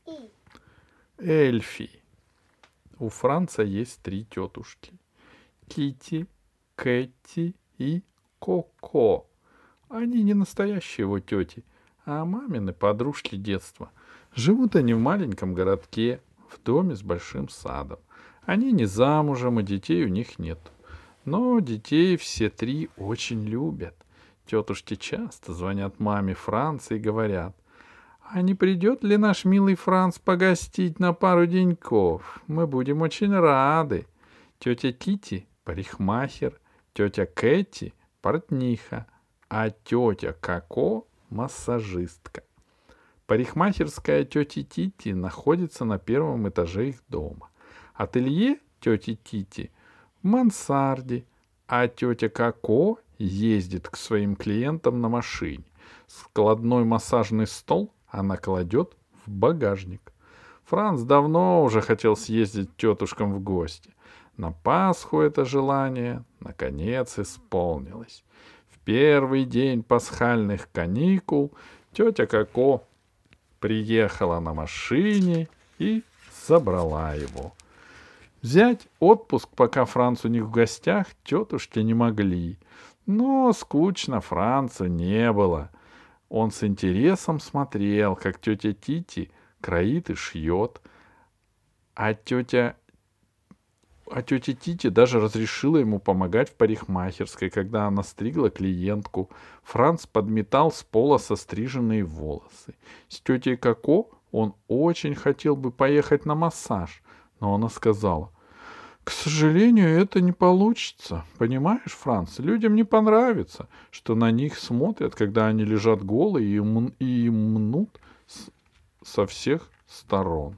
Эльфи. У Франца есть 3 тетушки. Кити, Кэти и Коко. Они не настоящие его тети, а мамины подружки детства. Живут они в маленьком городке, в доме с большим садом. Они не замужем, и детей у них нет. Но детей все 3 очень любят. Тетушки часто звонят маме Франца и говорят: «А не придет ли наш милый Франц погостить на пару деньков? Мы будем очень рады». Тетя Кити — парикмахер, тетя Кэти — портниха, а тетя Коко — массажистка. Парикмахерская тети Тити находится на 1 этаже их дома. Ателье тети Тити в мансарде, а тетя Коко ездит к своим клиентам на машине. Складной массажный стол она кладет в багажник. Франц давно уже хотел съездить к тетушкам в гости. На Пасху это желание наконец исполнилось. В первый день пасхальных каникул тетя Коко приехала на машине и забрала его. Взять отпуск, пока Франц у них в гостях, тетушки не могли. Но скучно Францу не было. Он с интересом смотрел, как тетя Тити кроит и шьет, а тетя Тити даже разрешила ему помогать в парикмахерской, когда она стригла клиентку. Франц подметал с пола состриженные волосы. С тетей Коко он очень хотел бы поехать на массаж, но она сказала: «К сожалению, это не получится. Понимаешь, Франц, людям не понравится, что на них смотрят, когда они лежат голые и мнут со всех сторон».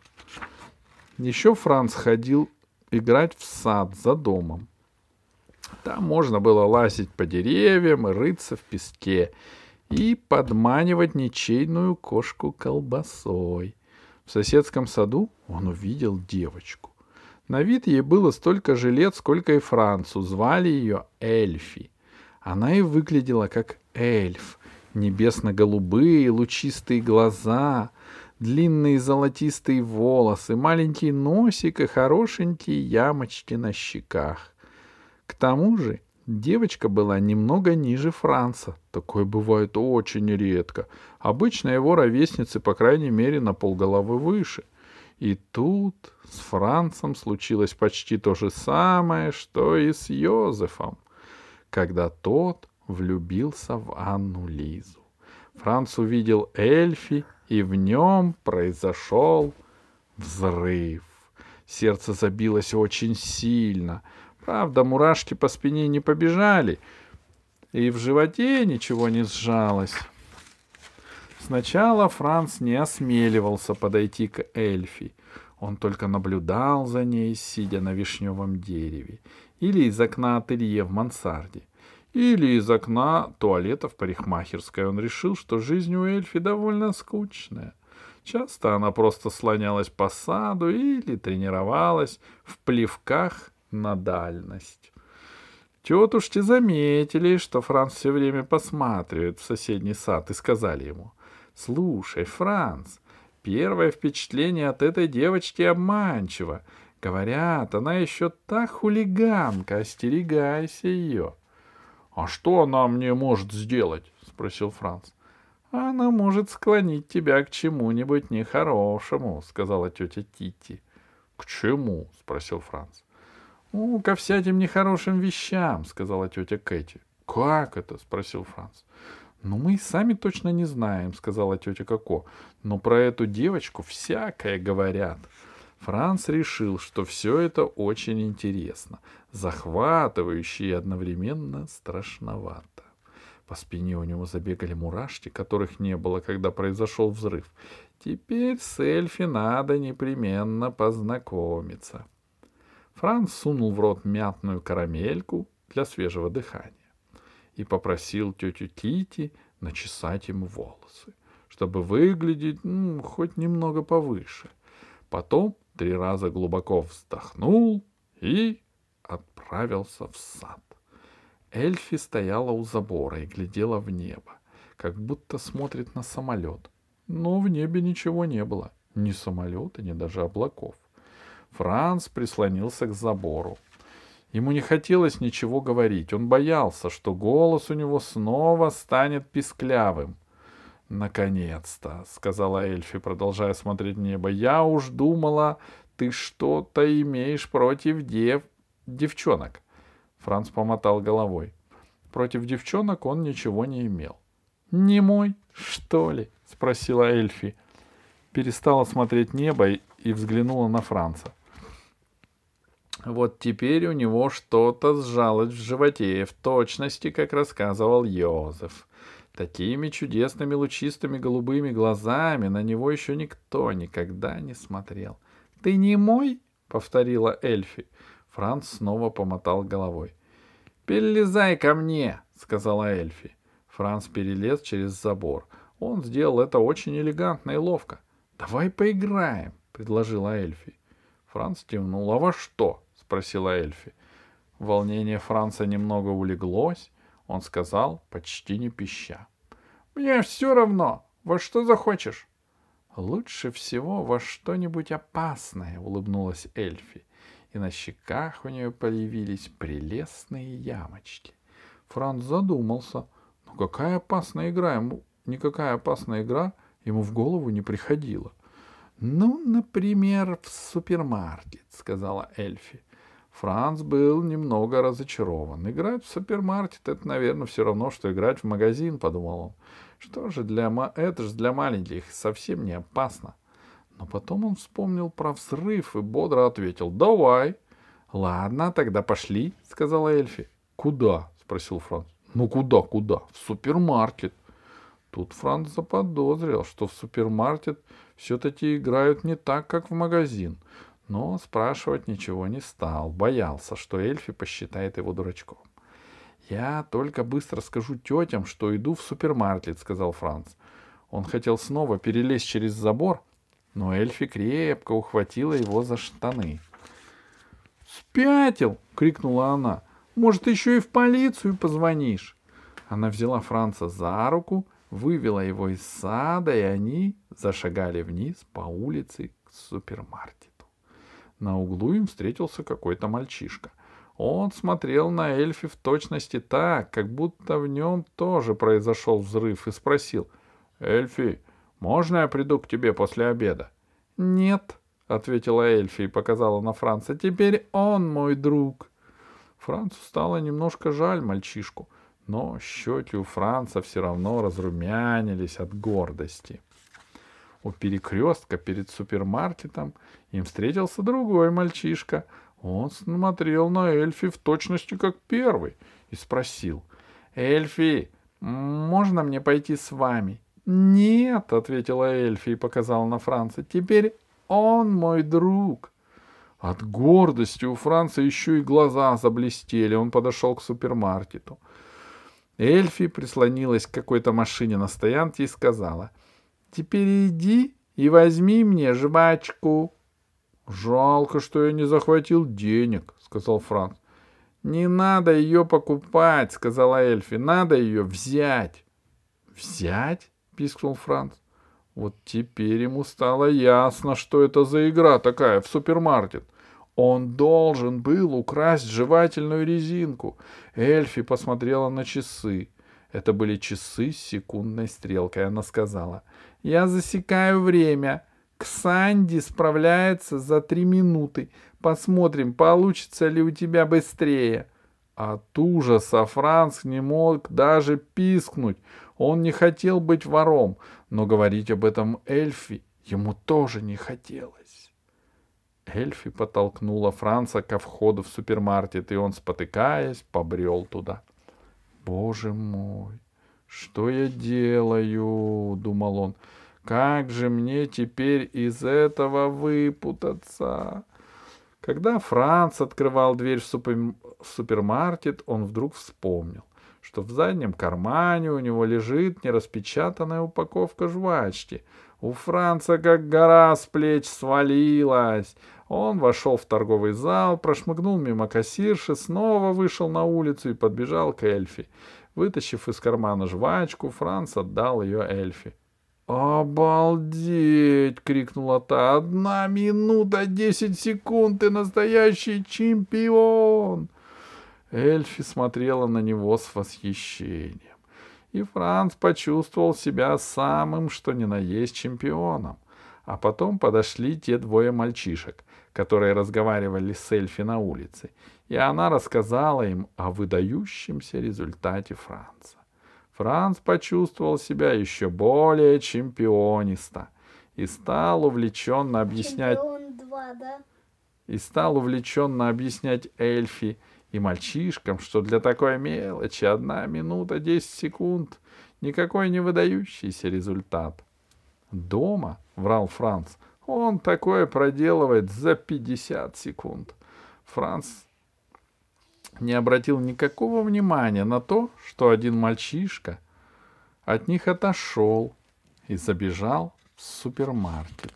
Еще Франц ходил играть в сад за домом. Там можно было лазить по деревьям и рыться в песке и подманивать ничейную кошку колбасой. В соседском саду он увидел девочку. На вид ей было столько же лет, сколько и Францу. Звали ее Эльфи. Она и выглядела как эльф. Небесно-голубые лучистые глаза, длинные золотистые волосы, маленький носик и хорошенькие ямочки на щеках. К тому же девочка была немного ниже Франца. Такое бывает очень редко. Обычно его ровесницы, по крайней мере, на полголовы выше. И тут с Францем случилось почти то же самое, что и с Йозефом, когда тот влюбился в Анну Лизу. Франц увидел Эльфи, и в нем произошел взрыв. Сердце забилось очень сильно. Правда, мурашки по спине не побежали, и в животе ничего не сжалось. Сначала Франц не осмеливался подойти к Эльфи. Он только наблюдал за ней, сидя на вишневом дереве, или из окна ателье в мансарде, или из окна туалета в парикмахерской. Он решил, что жизнь у Эльфи довольно скучная. Часто она просто слонялась по саду или тренировалась в плевках на дальность. Тетушки заметили, что Франц все время посматривает в соседний сад, и сказали ему: «Слушай, Франц, первое впечатление от этой девочки обманчиво. Говорят, она еще та хулиганка, остерегайся ее». «А что она мне может сделать?» — спросил Франц. «Она может склонить тебя к чему-нибудь нехорошему», — сказала тетя Тити. «К чему?» — спросил Франц. «Ко всяким нехорошим вещам», — сказала тетя Кэти. «Как это?» — спросил Франц. «Мы и сами точно не знаем», — сказала тетя Коко. «Но про эту девочку всякое говорят». Франц решил, что все это очень интересно, захватывающе и одновременно страшновато. По спине у него забегали мурашки, которых не было, когда произошел взрыв. Теперь с Эльфи надо непременно познакомиться. Франц сунул в рот мятную карамельку для свежего дыхания и попросил тетю Кити начесать ему волосы, чтобы выглядеть хоть немного повыше. Потом 3 раза глубоко вздохнул и отправился в сад. Эльфи стояла у забора и глядела в небо, как будто смотрит на самолет. Но в небе ничего не было. Ни самолета, ни даже облаков. Франц прислонился к забору. Ему не хотелось ничего говорить. Он боялся, что голос у него снова станет писклявым. «Наконец-то», — сказала Эльфи, продолжая смотреть в небо. «Я уж думала, ты что-то имеешь против девчонок». Франц помотал головой. Против девчонок он ничего не имел. «Не мой, что ли?» — спросила Эльфи. Перестала смотреть небо и взглянула на Франца. Вот теперь у него что-то сжалось в животе, в точности, как рассказывал Йозеф. Такими чудесными лучистыми голубыми глазами на него еще никто никогда не смотрел. — Ты не мой? — повторила Эльфи. Франц снова помотал головой. — Перелезай ко мне, — сказала Эльфи. Франц перелез через забор. Он сделал это очень элегантно и ловко. — Давай поиграем, — предложила Эльфи. Франц кивнул. — А во что? — спросила Эльфи. Волнение Франца немного улеглось. Он сказал, почти не пища. — Мне все равно. Во что захочешь. — Лучше всего во что-нибудь опасное, — улыбнулась Эльфи. И на щеках у нее появились прелестные ямочки. Франц задумался. Но какая опасная игра? Никакая опасная игра ему в голову не приходила. — Ну, например, в супермаркет, — сказала Эльфи. Франц был немного разочарован. Играть в супермаркет — это, наверное, все равно, что играть в магазин, — подумал он. Что же это же для маленьких совсем не опасно. Но потом он вспомнил про взрыв и бодро ответил: «Давай». «Ладно, тогда пошли», — сказала Эльфи. «Куда?» — спросил Франц. «Ну куда? В супермаркет». Тут Франц заподозрил, что в супермаркет все-таки играют не так, как в магазин. Но спрашивать ничего не стал, боялся, что Эльфи посчитает его дурачком. «Я только быстро скажу тетям, что иду в супермаркет», — сказал Франц. Он хотел снова перелезть через забор, но Эльфи крепко ухватила его за штаны. «Спятил!» — крикнула она. «Может, еще и в полицию позвонишь?» Она взяла Франца за руку, вывела его из сада, и они зашагали вниз по улице к супермаркету. На углу им встретился какой-то мальчишка. Он смотрел на Эльфи в точности так, как будто в нем тоже произошел взрыв, и спросил: «Эльфи, можно я приду к тебе после обеда?» «Нет», — ответила Эльфи и показала на Франца. «Теперь он мой друг». Францу стало немножко жаль мальчишку, но щеки у Франца все равно разрумянились от гордости. У перекрестка перед супермаркетом им встретился другой мальчишка. Он смотрел на Эльфи в точности как первый и спросил: «Эльфи, можно мне пойти с вами?» «Нет», — ответила Эльфи и показала на Франца. «Теперь он мой друг». От гордости у Франца еще и глаза заблестели. Он подошел к супермаркету. Эльфи прислонилась к какой-то машине на стоянке и сказала: «Теперь иди и возьми мне жвачку». «Жалко, что я не захватил денег», — сказал Франц. «Не надо ее покупать», — сказала Эльфи. «Надо ее взять». «Взять?» — пискнул Франц. Вот теперь ему стало ясно, что это за игра такая в супермаркет. Он должен был украсть жевательную резинку. Эльфи посмотрела на часы. Это были часы с секундной стрелкой. Она сказала: «Я засекаю время. Ксанди справляется за 3 минуты. Посмотрим, получится ли у тебя быстрее». От ужаса Франц не мог даже пискнуть. Он не хотел быть вором, но говорить об этом Эльфи ему тоже не хотелось. Эльфи подтолкнула Франца ко входу в супермаркет, и он, спотыкаясь, побрел туда. «Боже мой, что я делаю?» — думал он. «Как же мне теперь из этого выпутаться?» Когда Франц открывал дверь в супермаркет, он вдруг вспомнил, что в заднем кармане у него лежит нераспечатанная упаковка жвачки. У Франца как гора с плеч свалилась. Он вошел в торговый зал, прошмыгнул мимо кассирши, снова вышел на улицу и подбежал к Эльфи. Вытащив из кармана жвачку, Франц отдал ее Эльфи. «Обалдеть!» — крикнула та. «1 минута 10 секунд, ты настоящий чемпион!» Эльфи смотрела на него с восхищением. И Франц почувствовал себя самым что ни на есть чемпионом. А потом подошли те двое мальчишек, которые разговаривали с Эльфи на улице, и она рассказала им о выдающемся результате Франца. Франц почувствовал себя еще более чемпионисто и стал увлеченно объяснять Чемпион 2, да? Эльфи и мальчишкам, что для такой мелочи 1 минута 10 секунд — никакой не выдающийся результат. Дома, врал Франц, он такое проделывает за 50 секунд. Франц не обратил никакого внимания на то, что один мальчишка от них отошел и забежал в супермаркет.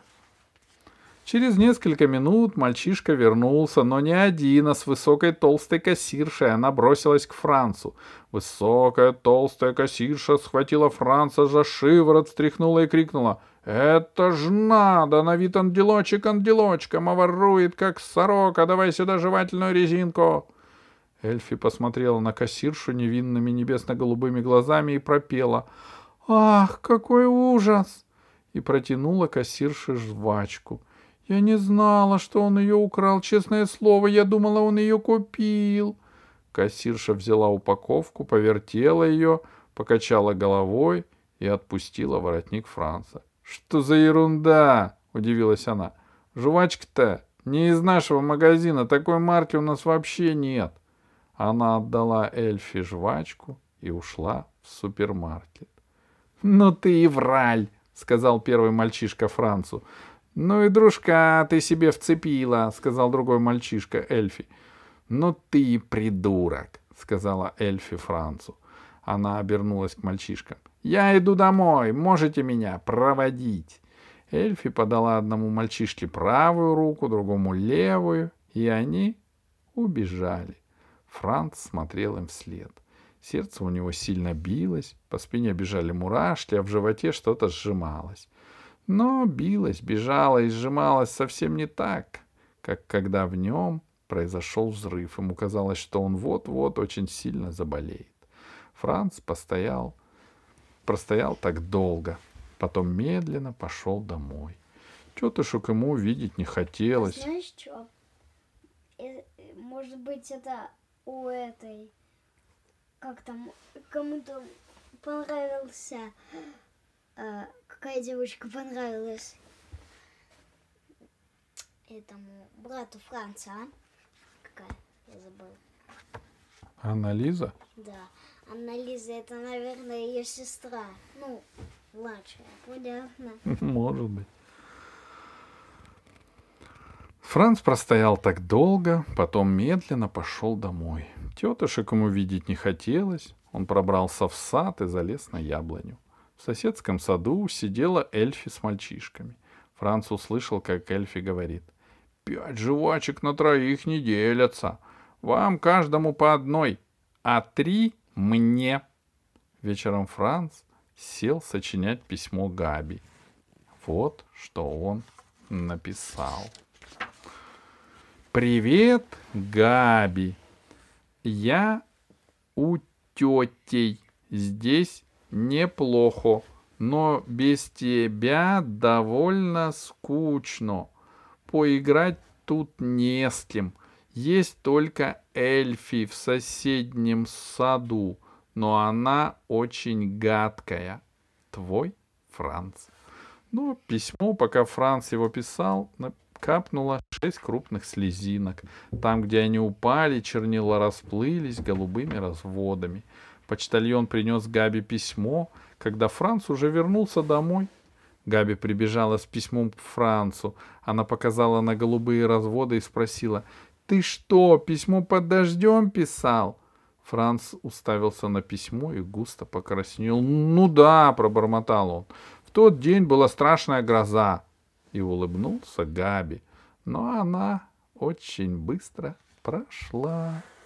Через несколько минут мальчишка вернулся, но не один, а с высокой толстой кассиршей. Она бросилась к Францу. Высокая толстая кассирша схватила Франца за шиворот, встряхнула и крикнула: «Это ж надо! На вид ангелочек ангелочком, а ворует, как сорока! Давай сюда жевательную резинку!» Эльфи посмотрела на кассиршу невинными небесно-голубыми глазами и пропела: «Ах, какой ужас!» и протянула кассирше жвачку. «Я не знала, что он ее украл, честное слово, я думала, он ее купил». Кассирша взяла упаковку, повертела ее, покачала головой и отпустила воротник Франца. «Что за ерунда?» — удивилась она. «Жвачка-то не из нашего магазина, такой марки у нас вообще нет». Она отдала Эльфи жвачку и ушла в супермаркет. «Ну ты и враль!» — сказал первый мальчишка Францу. «Ну и дружка ты себе вцепила», — сказал другой мальчишка Эльфи. «Ну ты и придурок», — сказала Эльфи Францу. Она обернулась к мальчишкам. «Я иду домой, можете меня проводить». Эльфи подала одному мальчишке правую руку, другому левую, и они убежали. Франц смотрел им вслед. Сердце у него сильно билось, по спине бежали мурашки, а в животе что-то сжималось. Но билось, бежало и сжималось совсем не так, как когда в нем произошел взрыв. Ему казалось, что он вот-вот очень сильно заболеет. Франц простоял так долго, потом медленно пошел домой. Тетушек ему видеть не хотелось. Знаешь что? Может быть, это у этой, как там, кому-то понравился, какая девочка понравилась этому брату Франца, а? Какая? Я забыл. Анна-Лиза? Да. Анна-Лиза, это, наверное, ее сестра. Ну, младшая, понятно. Может быть. Франц простоял так долго, потом медленно пошел домой. Тетушек ему видеть не хотелось. Он пробрался в сад и залез на яблоню. В соседском саду сидела Эльфи с мальчишками. Франц услышал, как Эльфи говорит: «5 жвачек на 3 не делятся. Вам каждому по 1, а 3 мне». Вечером Франц сел сочинять письмо Габи. Вот что он написал. «Привет, Габи. Я у тетей. Здесь неплохо, но без тебя довольно скучно. Поиграть тут не с кем. Есть только Эльфи в соседнем саду, но она очень гадкая. Твой Франц». Но письмо, пока Франц его писал, капнуло 6 крупных слезинок. Там, где они упали, чернила расплылись голубыми разводами. Почтальон принес Габи письмо, когда Франц уже вернулся домой. Габи прибежала с письмом к Францу. Она показала на голубые разводы и спросила: «Ты что, письмо под дождем писал?» Франц уставился на письмо и густо покраснел. «Ну да», — пробормотал он, — «в тот день была страшная гроза». И улыбнулся Габи, но она очень быстро прошла.